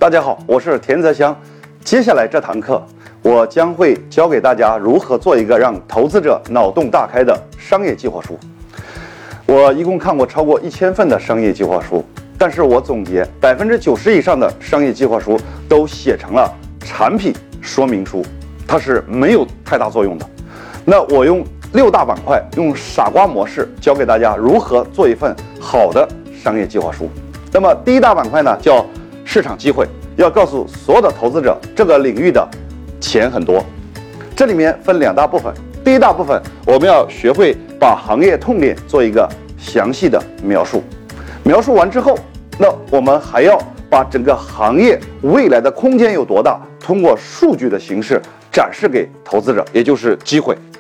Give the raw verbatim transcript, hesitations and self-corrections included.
大家好，我是田泽香。接下来这堂课，我将会教给大家如何做一个让投资者脑洞大开的商业计划书。我一共看过超过一千份的商业计划书，但是我总结，百分之九十以上的商业计划书都写成了产品说明书，它是没有太大作用的。那我用六大板块，用傻瓜模式教给大家如何做一份好的商业计划书。那么第一大板块呢，叫市场机会，要告诉所有的投资者，这个领域的钱很多。这里面分两大部分，第一大部分我们要学会把行业痛点做一个详细的描述，描述完之后，那我们还要把整个行业未来的空间有多大，通过数据的形式展示给投资者，也就是机会。